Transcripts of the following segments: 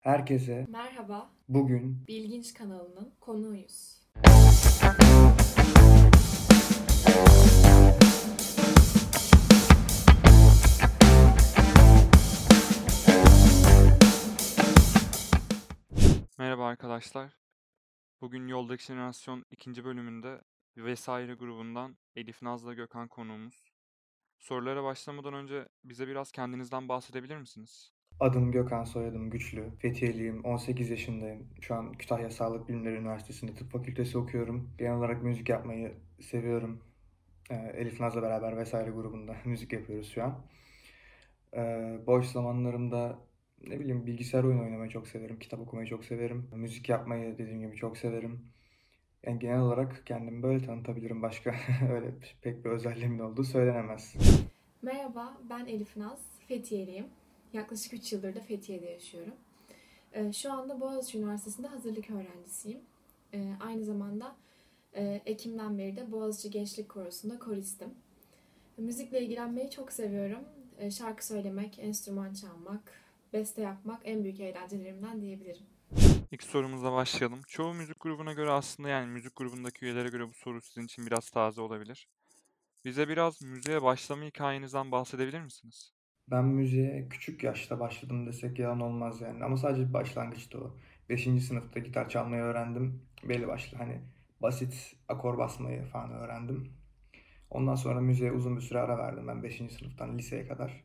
Herkese Merhaba, bugün Bilginç kanalının konuğuyuz. Merhaba arkadaşlar. Bugün Yoldaki Jenerasyon ikinci bölümünde Vesaire grubundan Elif Naz'la Gökhan konuğumuz. Sorulara başlamadan önce bize biraz kendinizden bahsedebilir misiniz? adım Gökhan, soyadım Güçlü. Fethiye'liyim, 18 yaşındayım. Şu an Kütahya Sağlık Bilimleri Üniversitesi'nde tıp fakültesi okuyorum. Genel olarak müzik yapmayı seviyorum. Elif Naz'la beraber Vesaire grubunda müzik yapıyoruz şu an. Boş zamanlarımda ne bileyim bilgisayar oyunu oynamayı çok severim. Kitap okumayı çok severim. Müzik yapmayı dediğim gibi çok severim. Yani genel olarak kendimi böyle tanıtabilirim. Başka öyle pek bir özelliğimin olduğu söylenemez. Merhaba, ben Elif Naz, Fethiye'liyim. Yaklaşık 3 yıldır da Fethiye'de yaşıyorum. Şu anda Boğaziçi Üniversitesi'nde hazırlık öğrencisiyim. Aynı zamanda Ekim'den beri de Boğaziçi Gençlik Korosu'nda koristim. Müzikle ilgilenmeyi çok seviyorum. Şarkı söylemek, enstrüman çalmak, beste yapmak en büyük eğlencelerimden diyebilirim. İlk sorumuzla başlayalım. Çoğu müzik grubuna göre aslında yani müzik grubundaki üyelere göre bu soru sizin için biraz taze olabilir. Bize biraz müziğe başlama hikayenizden bahsedebilir misiniz? Ben müziğe küçük yaşta başladım desek yalan olmaz yani. Ama sadece bir başlangıçtı o. Beşinci sınıfta gitar çalmayı öğrendim. Belli başlı hani basit akor basmayı falan öğrendim. Ondan sonra müziğe uzun bir süre ara verdim ben beşinci sınıftan liseye kadar.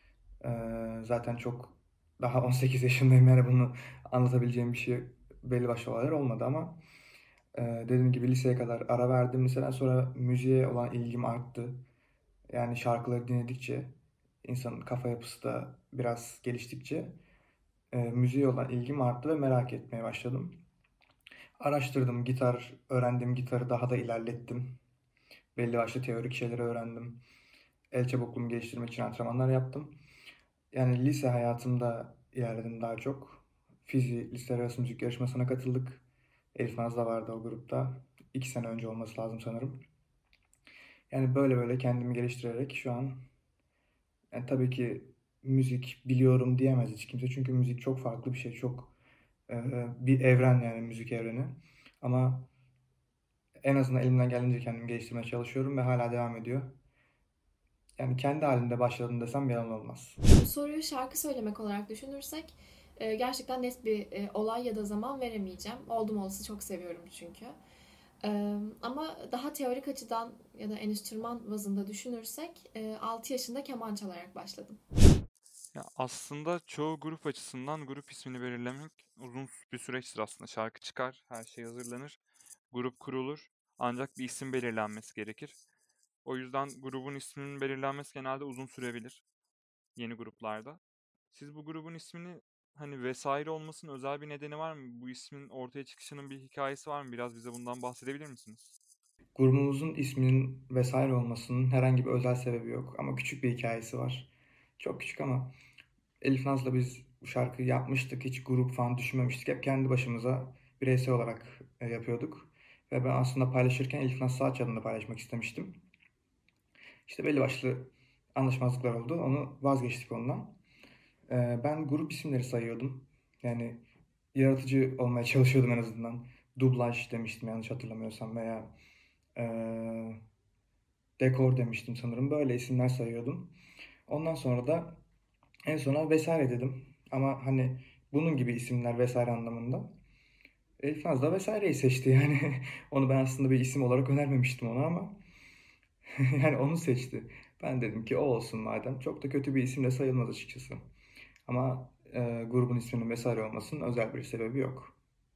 Zaten çok daha 18 yaşındayım yani bunu anlatabileceğim bir şey belli başlı olaylar olmadı ama dediğim gibi liseye kadar ara verdim. Liseden sonra müziğe olan ilgim arttı. Yani şarkıları dinledikçe, insanın kafa yapısı da biraz geliştikçe müziğe olan ilgim arttı ve merak etmeye başladım. Araştırdım, gitar öğrendim, gitarı daha da ilerlettim. Belli başlı teorik şeyleri öğrendim. El çabukluğumu geliştirmek için antrenmanlar yaptım. Yani lise hayatımda ilerledim daha çok. Fizi Liseler Arası Müzik Yarışması'na katıldık. Elif Naz da vardı o grupta. 2 sene önce olması lazım sanırım. Yani böyle böyle kendimi geliştirerek şu an yani tabii ki müzik biliyorum diyemez hiç kimse. Çünkü müzik çok farklı bir şey. Çok bir evren yani müzik evreni. Ama en azından elimden geldiğince kendimi geliştirmeye çalışıyorum ve hala devam ediyor. Yani kendi halinde başladım desem yalan olmaz. Bu soruyu şarkı söylemek olarak düşünürsek gerçekten net bir olay ya da zaman veremeyeceğim. Oldum olası çok seviyorum çünkü. Ama daha teorik açıdan ya da enstrüman bazında düşünürsek 6 yaşında keman çalarak başladım. Ya aslında çoğu grup açısından grup ismini belirlemek uzun bir süreçtir aslında. Şarkı çıkar, her şey hazırlanır, grup kurulur. Ancak bir isim belirlenmesi gerekir. O yüzden grubun isminin belirlenmesi genelde uzun sürebilir yeni gruplarda. Siz bu grubun ismini hani vesaire olmasının özel bir nedeni var mı? Bu ismin ortaya çıkışının bir hikayesi var mı? Biraz bize bundan bahsedebilir misiniz? Grubumuzun isminin vesaire olmasının herhangi bir özel sebebi yok. Ama küçük bir hikayesi var. Çok küçük ama Elif Naz'la biz bu şarkıyı yapmıştık. Hiç grup falan düşünmemiştik. Hep kendi başımıza bireysel olarak yapıyorduk. Ve ben aslında paylaşırken Elif Naz Sağaç adında paylaşmak istemiştim. İşte belli başlı anlaşmazlıklar oldu. Onu vazgeçtik ondan. Ben grup isimleri sayıyordum. Yani yaratıcı olmaya çalışıyordum en azından. Dublaj demiştim yanlış hatırlamıyorsam veya eee, dekor demiştim sanırım. Böyle isimler sayıyordum. Ondan sonra da en sona vesaire dedim. Ama hani bunun gibi isimler vesaire anlamında. Elif Naz da vesaireyi seçti yani. Onu ben aslında bir isim olarak önermemiştim ona ama yani onu seçti. Ben dedim ki o olsun madem. Çok da kötü bir isimle sayılmaz açıkçası. Ama grubun isminin vesaire olmasının özel bir sebebi yok.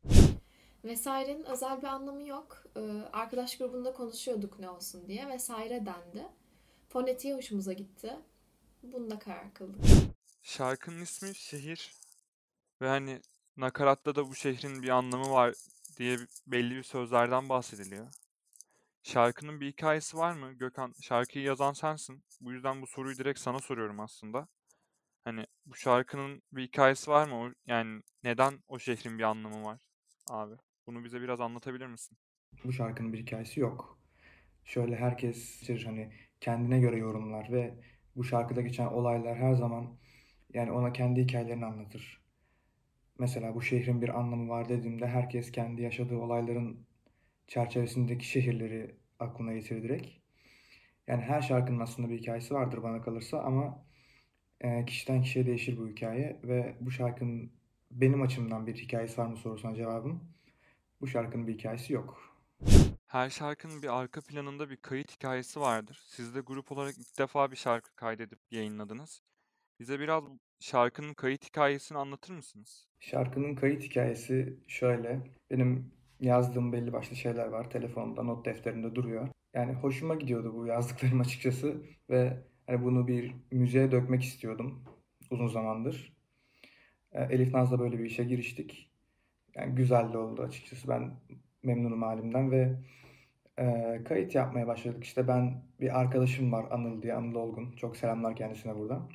Vesairenin özel bir anlamı yok. Arkadaş grubunda konuşuyorduk ne olsun diye. Vesaire dendi. Fonetiği hoşumuza gitti. Bunda karar kıldık. Şarkının ismi Şehir ve hani nakaratta da bu şehrin bir anlamı var diye belli bir sözlerden bahsediliyor. Şarkının bir hikayesi var mı? Gökhan, şarkıyı yazan sensin. Bu yüzden bu soruyu direkt sana soruyorum aslında. Hani bu şarkının bir hikayesi var mı? Yani neden o şehrin bir anlamı var abi? Bunu bize biraz anlatabilir misin? Bu şarkının bir hikayesi yok. Şöyle herkes hani kendine göre yorumlar ve bu şarkıda geçen olaylar her zaman yani ona kendi hikayelerini anlatır. Mesela bu şehrin bir anlamı var dediğimde herkes kendi yaşadığı olayların çerçevesindeki şehirleri aklına getirir direkt. Yani her şarkının aslında bir hikayesi vardır bana kalırsa ama kişiden kişiye değişir bu hikaye ve bu şarkının benim açımdan bir hikayesi var mı sorusuna cevabım bu şarkının bir hikayesi yok. Her şarkının bir arka planında bir kayıt hikayesi vardır. Siz de grup olarak ilk defa bir şarkı kaydedip yayınladınız. Bize biraz şarkının kayıt hikayesini anlatır mısınız? Şarkının kayıt hikayesi şöyle. Benim yazdığım belli başlı şeyler var. Telefonumda, not defterimde duruyor. Yani hoşuma gidiyordu bu yazdıklarım açıkçası ve hani bunu bir müziğe dökmek istiyordum uzun zamandır. Elif Naz'la böyle bir işe giriştik. Yani güzel de oldu açıkçası. Ben memnunum halimden ve kayıt yapmaya başladık. İşte ben bir arkadaşım var Anıl diye, Anıl Olgun. Çok selamlar kendisine buradan.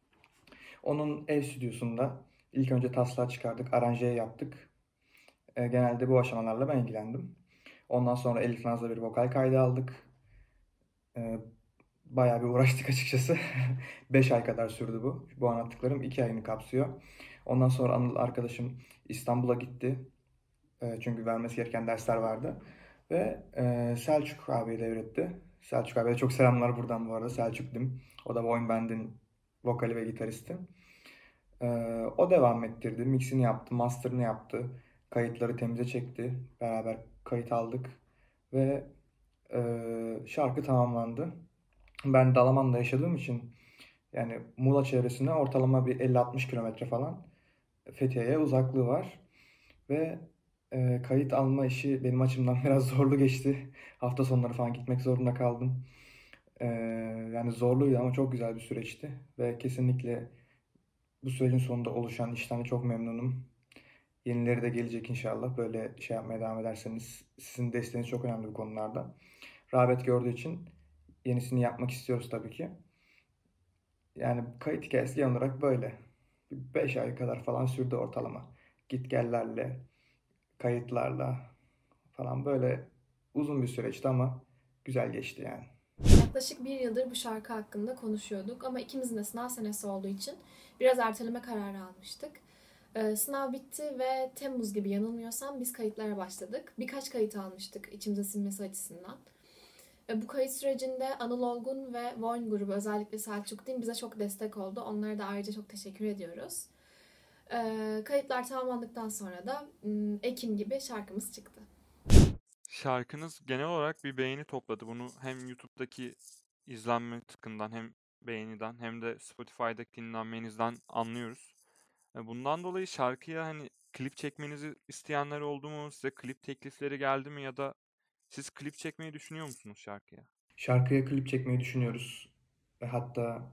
Onun ev stüdyosunda ilk önce taslağı çıkardık, aranjeyi yaptık. Genelde bu aşamalarla ben ilgilendim. Ondan sonra Elif Naz'la bir vokal kaydı aldık. E, Bayağı bir uğraştık açıkçası. 5 ay kadar sürdü bu. Bu anlattıklarım 2 ayını kapsıyor. Ondan sonra Anıl arkadaşım İstanbul'a gitti. Çünkü vermesi gereken dersler vardı. Ve Selçuk abiye devretti. Selçuk abiye çok selamlar buradan bu arada. Selçuk Dim. O da Boyne Band'in vokali ve gitaristi. Ee, O devam ettirdi. Mixini yaptı, master'ını yaptı. Kayıtları temize çekti. Beraber kayıt aldık. Ve şarkı tamamlandı. Ben Dalaman'da yaşadığım için yani Muğla çevresine ortalama bir 50-60 kilometre falan Fethiye'ye uzaklığı var. Ve kayıt alma işi benim açımdan biraz zorlu geçti. Hafta sonları falan gitmek zorunda kaldım. E, Yani zorluydu ama çok güzel bir süreçti. Ve kesinlikle bu sürecin sonunda oluşan işten de çok memnunum. Yenileri de gelecek inşallah. Böyle şey yapmaya devam ederseniz sizin desteğiniz çok önemli bu konularda. Rağbet gördüğü için yenisini yapmak istiyoruz tabii ki. Yani kayıt hikayesi genel olarak böyle. 5 ay kadar falan sürdü ortalama. Git gellerle, kayıtlarla falan böyle uzun bir süreçti ama güzel geçti yani. Yaklaşık bir yıldır bu şarkı hakkında konuşuyorduk ama ikimizin de sınav senesi olduğu için biraz erteleme kararı almıştık. Sınav bitti ve Temmuz gibi yanılmıyorsam biz kayıtlara başladık. Birkaç kayıt almıştık içimize sinmesi açısından. Bu kayıt sürecinde Anıl Olgun ve Voyn grubu özellikle Selçuk Din bize çok destek oldu. Onlara da ayrıca çok teşekkür ediyoruz. Kayıtlar tamamlandıktan sonra da Ekim gibi şarkımız çıktı. Şarkınız genel olarak bir beğeni topladı. Bunu hem YouTube'daki izlenme tıkından hem beğeniden hem de Spotify'daki dinlenmenizden anlıyoruz. Bundan dolayı şarkıya hani klip çekmenizi isteyenler oldu mu? Size klip teklifleri geldi mi ya da siz klip çekmeyi düşünüyor musunuz şarkıya? Şarkıya klip çekmeyi düşünüyoruz. Ve hatta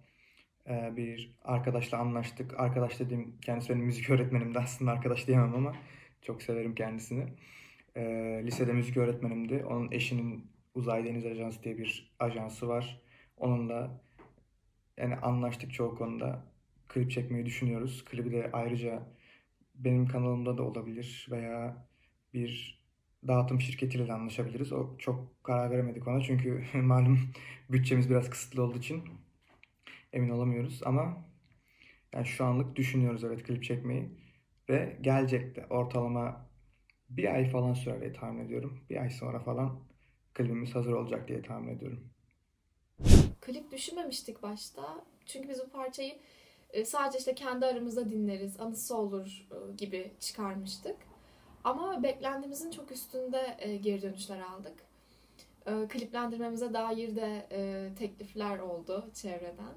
bir arkadaşla anlaştık. Arkadaş dediğim kendisi benim müzik öğretmenimdi aslında arkadaş diyemem ama çok severim kendisini. E, Lisede müzik öğretmenimdi. Onun eşinin Uzay Deniz Ajansı diye bir ajansı var. Onunla yani anlaştık çoğu konuda. Klip çekmeyi düşünüyoruz. Klibi de ayrıca benim kanalımda da olabilir veya bir dağıtım şirketiyle de anlaşabiliriz. O çok karar veremedik ona çünkü malum bütçemiz biraz kısıtlı olduğu için emin olamıyoruz ama yani şu anlık düşünüyoruz evet klip çekmeyi ve gelecek de ortalama bir ay falan sürer diye tahmin ediyorum. Bir ay sonra falan klibimiz hazır olacak diye tahmin ediyorum. Klip düşünmemiştik başta. Çünkü biz bu parçayı sadece işte kendi aramızda dinleriz, anısı olur gibi çıkarmıştık. Ama beklentimizin çok üstünde geri dönüşler aldık. Kliplendirmemize dair de teklifler oldu çevreden.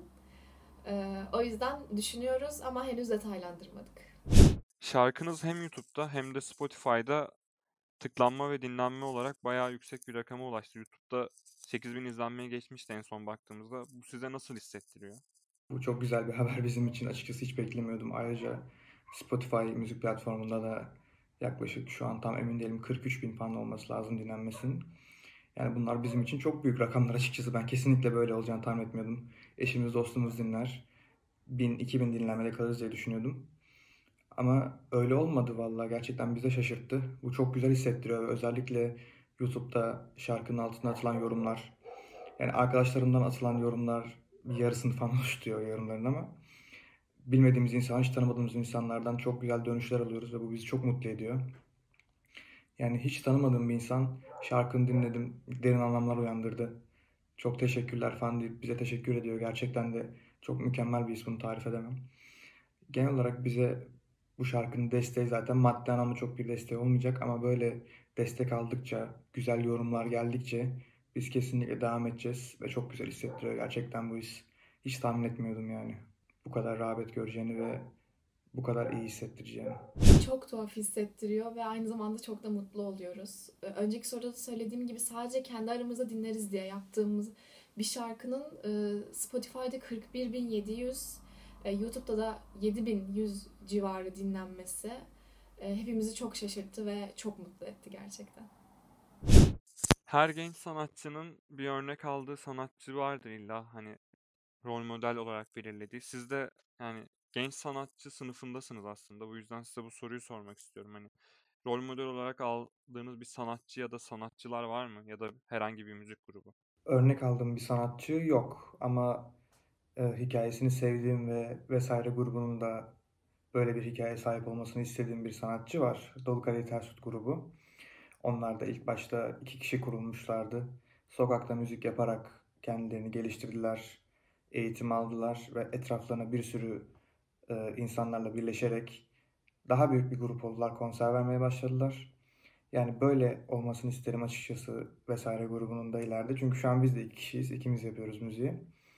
O yüzden düşünüyoruz ama henüz detaylandırmadık. Şarkınız hem YouTube'da hem de Spotify'da tıklanma ve dinlenme olarak bayağı yüksek bir rakama ulaştı. YouTube'da 8.000 izlenmeye geçmişti en son baktığımızda. Bu size nasıl hissettiriyor? Bu çok güzel bir haber bizim için. Açıkçası hiç beklemiyordum. Ayrıca Spotify müzik platformunda da yaklaşık şu an tam emin değilim 43 bin falan olması lazım dinlenmesinin. Yani bunlar bizim için çok büyük rakamlar açıkçası. Ben kesinlikle böyle olacağını tahmin etmiyordum. Eşimiz dostumuz dinler. 1000-2000 dinlenmede kalırız diye düşünüyordum. Ama öyle olmadı vallahi. Gerçekten bize şaşırttı. Bu çok güzel hissettiriyor. Özellikle YouTube'da şarkının altına atılan yorumlar. Yani arkadaşlarımdan atılan yorumlar bir yarısını falan oluşturuyor yorumların ama bilmediğimiz insan, hiç tanımadığımız insanlardan çok güzel dönüşler alıyoruz ve bu bizi çok mutlu ediyor. Yani hiç tanımadığım bir insan şarkını dinledim, derin anlamlar uyandırdı. Çok teşekkürler falan deyip bize teşekkür ediyor. Gerçekten de çok mükemmel bir his, bunu tarif edemem. Genel olarak bize bu şarkının desteği, zaten maddi anlamda çok bir desteği olmayacak ama böyle destek aldıkça, güzel yorumlar geldikçe biz kesinlikle devam edeceğiz ve çok güzel hissettiriyor gerçekten bu his. Hiç tahmin etmiyordum yani bu kadar rağbet göreceğini ve bu kadar iyi hissettireceğini. Çok tuhaf hissettiriyor ve aynı zamanda çok da mutlu oluyoruz. Önceki soruda da söylediğim gibi sadece kendi aramızda dinleriz diye yaptığımız bir şarkının Spotify'da 41.700, YouTube'da da 7.100 civarı dinlenmesi hepimizi çok şaşırttı ve çok mutlu etti gerçekten. Her genç sanatçının bir örnek aldığı sanatçı vardır illa hani rol model olarak belirlediği. Siz de yani genç sanatçı sınıfındasınız aslında. Bu yüzden size bu soruyu sormak istiyorum. Hani rol model olarak aldığınız bir sanatçı ya da sanatçılar var mı? Ya da herhangi bir müzik grubu. Örnek aldığım bir sanatçı yok ama hikayesini sevdiğim ve vesaire grubunun da böyle bir hikaye sahip olmasını istediğim bir sanatçı var. Dolu Kadehi Ters Tut grubu. Onlar da ilk başta iki kişi kurulmuşlardı. Sokakta müzik yaparak kendilerini geliştirdiler, eğitim aldılar ve etraflarına bir sürü insanlarla birleşerek daha büyük bir grup oldular, konser vermeye başladılar. Yani böyle olmasını isterim açıkçası vesaire grubunun da ileride. Çünkü şu an biz de iki kişiyiz, ikimiz yapıyoruz müziği.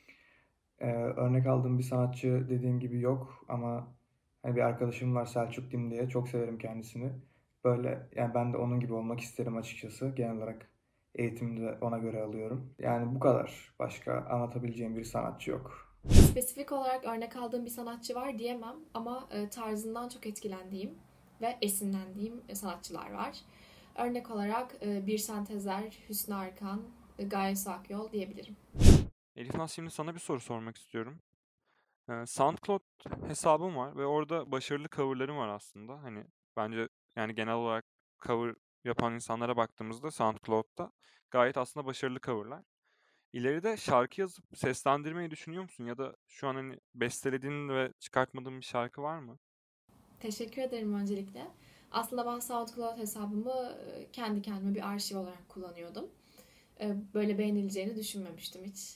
Örnek aldığım bir sanatçı dediğim gibi yok ama hani bir arkadaşım var, Selçuk Dim diye. Çok severim kendisini. Böyle yani ben de onun gibi olmak isterim açıkçası. Genel olarak eğitimimi de ona göre alıyorum. Yani bu kadar. Başka anlatabileceğim bir sanatçı yok. Spesifik olarak örnek aldığım bir sanatçı var diyemem ama tarzından çok etkilendiğim ve esinlendiğim sanatçılar var. Örnek olarak Birsen Tezer, Hüsnü Arkan, Gaye Su Akyol diyebilirim. Elif Naz, şimdi sana bir soru sormak istiyorum. SoundCloud hesabım var ve orada başarılı coverlarım var aslında. Hani bence yani genel olarak cover yapan insanlara baktığımızda SoundCloud'da gayet aslında başarılı coverlar. İleride şarkı yazıp seslendirmeyi düşünüyor musun? Ya da şu an hani bestelediğin ve çıkartmadığın bir şarkı var mı? Teşekkür ederim öncelikle. Aslında ben SoundCloud hesabımı kendi kendime bir arşiv olarak kullanıyordum. Böyle beğenileceğini düşünmemiştim hiç.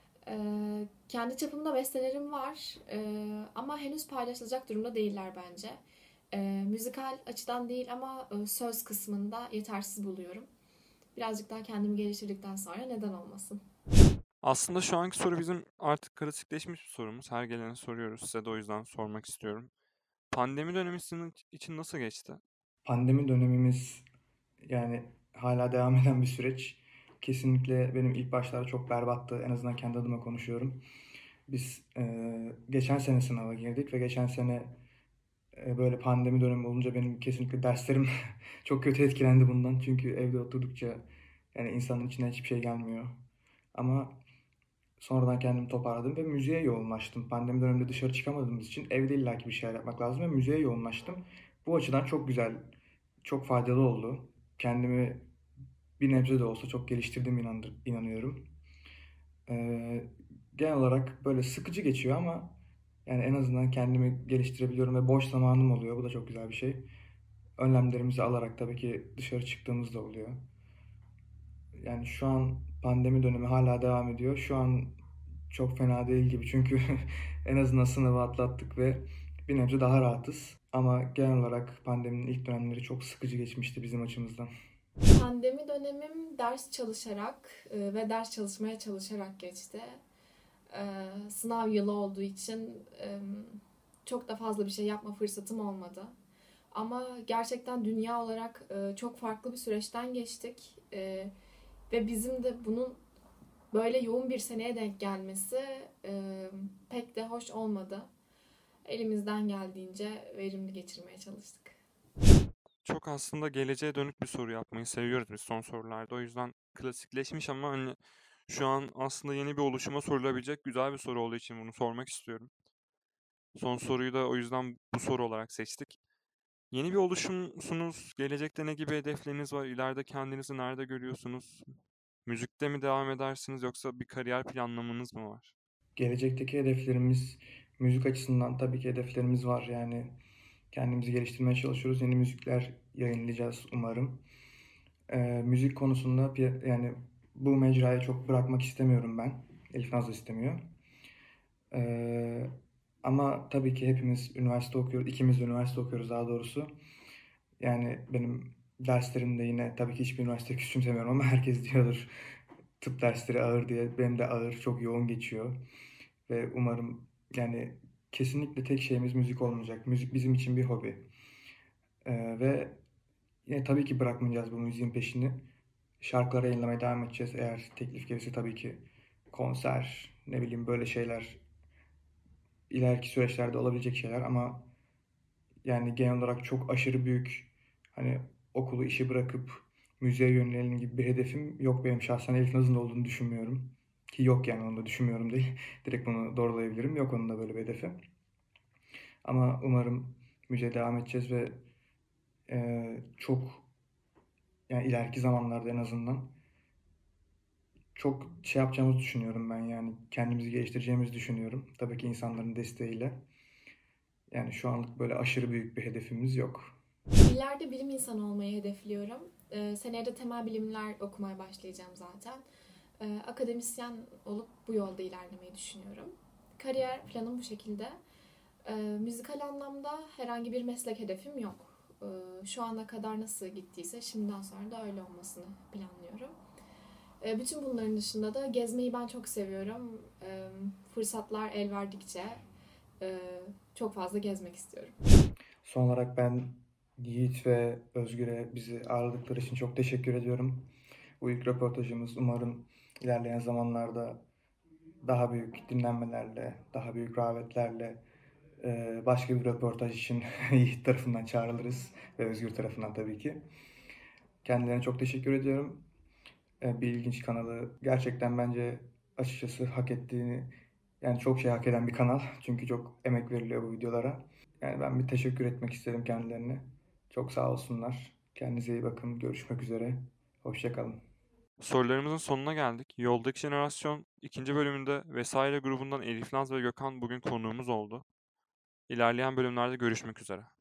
Kendi çapımda bestelerim var ama henüz paylaşılacak durumda değiller bence. Müzikal açıdan değil ama söz kısmında yetersiz buluyorum. Birazcık daha kendimi geliştirdikten sonra neden olmasın? Aslında şu anki soru bizim artık klasikleşmiş bir sorumuz. Her gelene soruyoruz. Size de o yüzden sormak istiyorum. Pandemi dönemi sizin için nasıl geçti? Pandemi dönemimiz yani hala devam eden bir süreç. Kesinlikle benim ilk başlarda çok berbattı. En azından kendi adıma konuşuyorum. Biz geçen sene sınava girdik ve geçen sene böyle pandemi dönemi olunca benim kesinlikle derslerim çok kötü etkilendi bundan. Çünkü evde oturdukça yani insanın içine hiçbir şey gelmiyor. Ama sonradan kendimi toparladım ve müziğe yoğunlaştım. Pandemi döneminde dışarı çıkamadığımız için evde illaki bir şeyler yapmak lazım ve müziğe yoğunlaştım. Bu açıdan çok güzel, çok faydalı oldu. Kendimi bir nebze de olsa çok geliştirdiğime inanıyorum. Ee, Genel olarak böyle sıkıcı geçiyor ama yani en azından kendimi geliştirebiliyorum ve boş zamanım oluyor. Bu da çok güzel bir şey. Önlemlerimizi alarak tabii ki dışarı çıktığımız da oluyor. Yani şu an pandemi dönemi hala devam ediyor. Şu an çok fena değil gibi çünkü en azından sınavı atlattık ve bir nebze daha rahatız. Ama genel olarak pandeminin ilk dönemleri çok sıkıcı geçmişti bizim açımızdan. Pandemi dönemim ders çalışarak ve ders çalışmaya çalışarak geçti. Sınav yılı olduğu için çok da fazla bir şey yapma fırsatım olmadı. Ama gerçekten dünya olarak çok farklı bir süreçten geçtik. Ve bizim de bunun böyle yoğun bir seneye denk gelmesi pek de hoş olmadı. Elimizden geldiğince verimli geçirmeye çalıştık. Çok aslında geleceğe dönük bir soru yapmayı seviyoruz biz son sorularda. O yüzden klasikleşmiş ama hani şu an aslında yeni bir oluşuma sorulabilecek güzel bir soru olduğu için bunu sormak istiyorum. Son soruyu da o yüzden bu soru olarak seçtik. Yeni bir oluşumsunuz. Gelecekte ne gibi hedefleriniz var? İleride kendinizi nerede görüyorsunuz? Müzikte mi devam edersiniz yoksa bir kariyer planlamanız mı var? Gelecekteki hedeflerimiz Müzik açısından tabii ki hedeflerimiz var. Yani kendimizi geliştirmeye çalışıyoruz. Yeni müzikler yayınlayacağız umarım. Müzik konusunda yani bu mecrayı çok bırakmak istemiyorum ben. Elif Naz da istemiyor. Ee, Ama tabii ki hepimiz üniversite okuyoruz. İkimiz de üniversite okuyoruz daha doğrusu. Yani benim derslerimde yine tabii ki hiçbir üniversite küçümsemiyorum ama herkes diyordur tıp dersleri ağır diye. Benim de ağır, çok yoğun geçiyor. Ve umarım yani kesinlikle tek şeyimiz müzik olmayacak. Müzik bizim için bir hobi. Ve yine tabii ki bırakmayacağız bu müziğin peşini. Şarkıları yayınlamaya devam edeceğiz. Eğer teklif gelirse tabii ki konser, ne bileyim böyle şeyler ileriki süreçlerde olabilecek şeyler ama yani genel olarak çok aşırı büyük hani okulu işi bırakıp müziğe yönelelim gibi bir hedefim yok benim şahsen. Elif Naz'ın da olduğunu düşünmüyorum. Ki yok yani onu da düşünmüyorum değil. Direkt bunu doğrulayabilirim. Yok onun da böyle bir hedefi. Ama umarım müziğe devam edeceğiz ve çok yani ileriki zamanlarda en azından çok şey yapacağımızı düşünüyorum ben yani kendimizi geliştireceğimizi düşünüyorum. Tabii ki insanların desteğiyle. Yani şu anlık böyle aşırı büyük bir hedefimiz yok. İleride bilim insanı olmayı hedefliyorum. Seneye de temel bilimler okumaya başlayacağım zaten. Akademisyen olup bu yolda ilerlemeyi düşünüyorum. Kariyer planım bu şekilde. Müzikal anlamda herhangi bir meslek hedefim yok. Şu ana kadar nasıl gittiyse şimdiden sonra da öyle olmasını planlıyorum. Bütün bunların dışında da gezmeyi ben çok seviyorum. Fırsatlar el verdikçe çok fazla gezmek istiyorum. Son olarak ben Yiğit ve Özgür'e bizi ağırladıkları için çok teşekkür ediyorum. Bu ilk röportajımız umarım ilerleyen zamanlarda daha büyük dinlenmelerle, daha büyük rağbetlerle başka bir röportaj için Yiğit tarafından çağrılırız ve Özgür tarafından tabii ki. Kendilerine çok teşekkür ediyorum. Bir ilginç kanalı gerçekten bence açıkçası hak ettiğini yani çok şey hak eden bir kanal. Çünkü çok emek veriliyor bu videolara. Yani ben bir teşekkür etmek isterim kendilerine. Çok sağ olsunlar. Kendinize iyi bakın. Görüşmek üzere. Hoşça kalın. Sorularımızın sonuna geldik. Yoldaki Jenerasyon ikinci bölümünde Vesaire grubundan Elif Naz ve Gökhan bugün konuğumuz oldu. İlerleyen bölümlerde görüşmek üzere.